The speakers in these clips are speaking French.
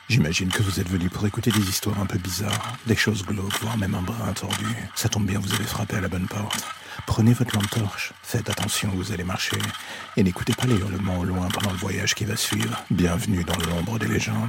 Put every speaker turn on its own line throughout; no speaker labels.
J'imagine que vous êtes venu pour écouter des histoires un peu bizarres, des choses glauques, voire même un brin tordu. Ça tombe bien, vous avez frappé à la bonne porte. Prenez votre lampe torche, faites attention où vous allez marcher, et n'écoutez pas les hurlements au loin pendant le voyage qui va suivre. Bienvenue dans l'ombre des légendes.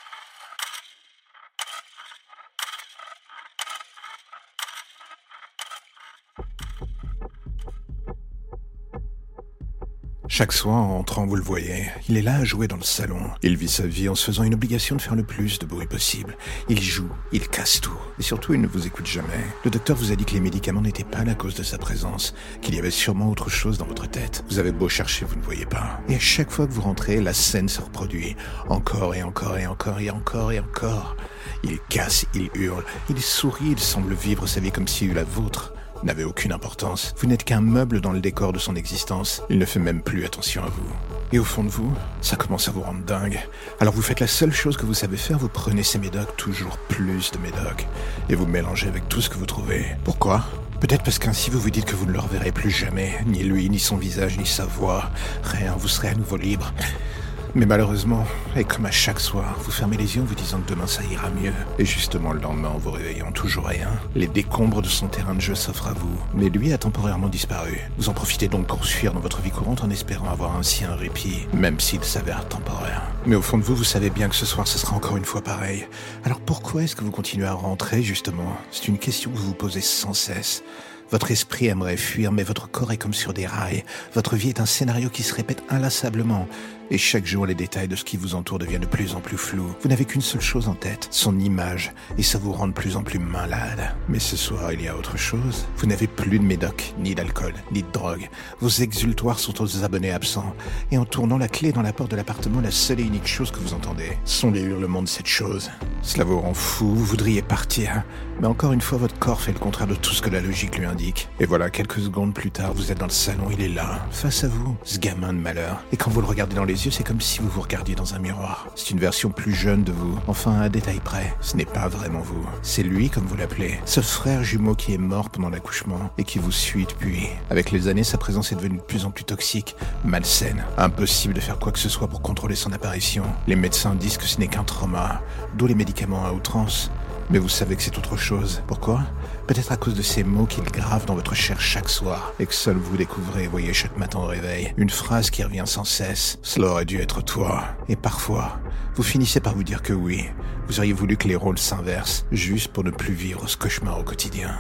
Chaque soir, en entrant, vous le voyez, il est là à jouer dans le salon. Il vit sa vie en se faisant une obligation de faire le plus de bruit possible. Il joue, il casse tout. Et surtout, il ne vous écoute jamais. Le docteur vous a dit que les médicaments n'étaient pas la cause de sa présence, qu'il y avait sûrement autre chose dans votre tête. Vous avez beau chercher, vous ne voyez pas. Et à chaque fois que vous rentrez, la scène se reproduit. Encore et encore et encore et encore et encore. Il casse, il hurle, il sourit, il semble vivre sa vie comme si la vôtre n'avait aucune importance. Vous n'êtes qu'un meuble dans le décor de son existence. Il ne fait même plus attention à vous. Et au fond de vous, ça commence à vous rendre dingue. Alors vous faites la seule chose que vous savez faire, vous prenez ces médocs, toujours plus de médocs, et vous mélangez avec tout ce que vous trouvez. Pourquoi ? Peut-être parce qu'ainsi vous vous dites que vous ne le reverrez plus jamais, ni lui, ni son visage, ni sa voix. Rien, vous serez à nouveau libre. Mais malheureusement, et comme à chaque soir, vous fermez les yeux en vous disant que demain ça ira mieux. Et justement le lendemain, en vous réveillant toujours rien, les décombres de son terrain de jeu s'offrent à vous. Mais lui a temporairement disparu. Vous en profitez donc pour fuir dans votre vie courante en espérant avoir ainsi un répit, même s'il s'avère temporaire. Mais au fond de vous, vous savez bien que ce soir, ce sera encore une fois pareil. Alors pourquoi est-ce que vous continuez à rentrer, justement ? C'est une question que vous vous posez sans cesse. Votre esprit aimerait fuir, mais votre corps est comme sur des rails. Votre vie est un scénario qui se répète inlassablement. Et chaque jour, les détails de ce qui vous entoure deviennent de plus en plus flous. Vous n'avez qu'une seule chose en tête, son image, et ça vous rend de plus en plus malade. Mais ce soir, il y a autre chose. Vous n'avez plus de médoc, ni d'alcool, ni de drogue. Vos exultoires sont aux abonnés absents. Et en tournant la clé dans la porte de l'appartement, la seule et unique chose que vous entendez sont les hurlements de cette chose. Cela vous rend fou, vous voudriez partir. Mais encore une fois, votre corps fait le contraire de tout ce que la logique lui indique. Et voilà, quelques secondes plus tard, vous êtes dans le salon, il est là, face à vous, ce gamin de malheur. Et quand vous le regardez dans les yeux, c'est comme si vous vous regardiez dans un miroir. C'est une version plus jeune de vous, enfin à un détail près. Ce n'est pas vraiment vous. C'est lui, comme vous l'appelez, ce frère jumeau qui est mort pendant l'accouchement et qui vous suit depuis. Avec les années, sa présence est devenue de plus en plus toxique, malsaine. Impossible de faire quoi que ce soit pour contrôler son apparition. Les médecins disent que ce n'est qu'un trauma, d'où les médicaments à outrance. Mais vous savez que c'est autre chose. Pourquoi ? Peut-être à cause de ces mots qu'il grave dans votre chair chaque soir, et que seul vous découvrez et voyez chaque matin au réveil. Une phrase qui revient sans cesse. « Cela aurait dû être toi. » Et parfois, vous finissez par vous dire que oui, vous auriez voulu que les rôles s'inversent, juste pour ne plus vivre ce cauchemar au quotidien.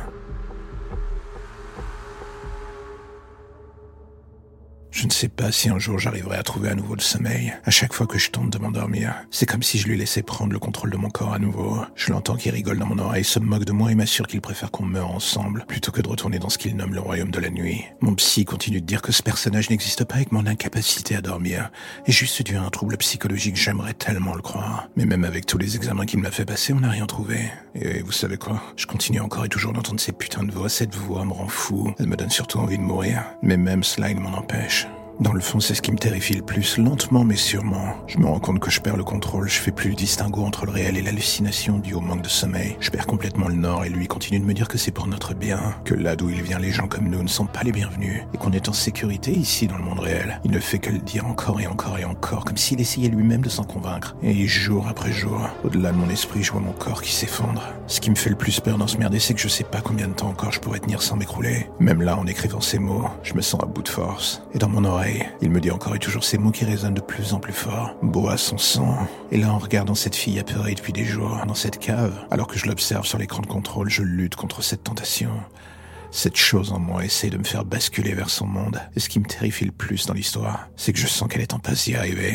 Je ne sais pas si un jour j'arriverai à trouver à nouveau le sommeil. À chaque fois que je tente de m'endormir, c'est comme si je lui laissais prendre le contrôle de mon corps à nouveau. Je l'entends qui rigole dans mon oreille, se moque de moi et m'assure qu'il préfère qu'on meure ensemble, plutôt que de retourner dans ce qu'il nomme le royaume de la nuit. Mon psy continue de dire que ce personnage n'existe pas et que mon incapacité à dormir est juste due à un trouble psychologique, j'aimerais tellement le croire. Mais même avec tous les examens qu'il m'a fait passer, on n'a rien trouvé. Et vous savez quoi ? Je continue encore et toujours d'entendre ces putains de voix, cette voix me rend fou. Elle me donne surtout envie de mourir. Mais même cela, il m'en empêche. Dans le fond, c'est ce qui me terrifie le plus, lentement mais sûrement. Je me rends compte que je perds le contrôle, je fais plus le distinguo entre le réel et l'hallucination due au manque de sommeil. Je perds complètement le nord et lui continue de me dire que c'est pour notre bien, que là d'où il vient les gens comme nous ne sont pas les bienvenus, et qu'on est en sécurité ici dans le monde réel. Il ne fait que le dire encore et encore et encore, comme s'il essayait lui-même de s'en convaincre. Et jour après jour, au-delà de mon esprit, je vois mon corps qui s'effondre. Ce qui me fait le plus peur dans ce merdier, c'est que je sais pas combien de temps encore je pourrais tenir sans m'écrouler. Même là, en écrivant ces mots, je me sens à bout de force. Et dans mon oreille, il me dit encore et toujours ces mots qui résonnent de plus en plus fort. Bois son sang. Et là, en regardant cette fille apeurée depuis des jours, dans cette cave, alors que je l'observe sur l'écran de contrôle, je lutte contre cette tentation. Cette chose en moi essaie de me faire basculer vers son monde. Et ce qui me terrifie le plus dans l'histoire, c'est que je sens qu'elle est en passe d'y arriver.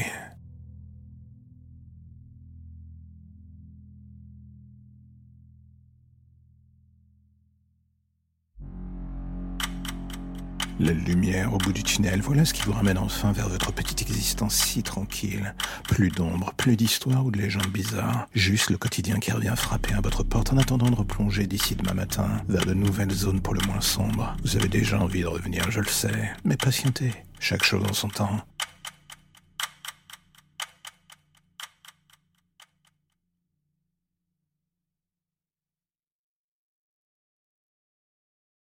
La lumière au bout du tunnel, voilà ce qui vous ramène enfin vers votre petite existence si tranquille. Plus d'ombre, plus d'histoires ou de légendes bizarres. Juste le quotidien qui revient frapper à votre porte en attendant de replonger d'ici demain matin vers de nouvelles zones pour le moins sombres. Vous avez déjà envie de revenir, je le sais. Mais patientez, chaque chose en son temps.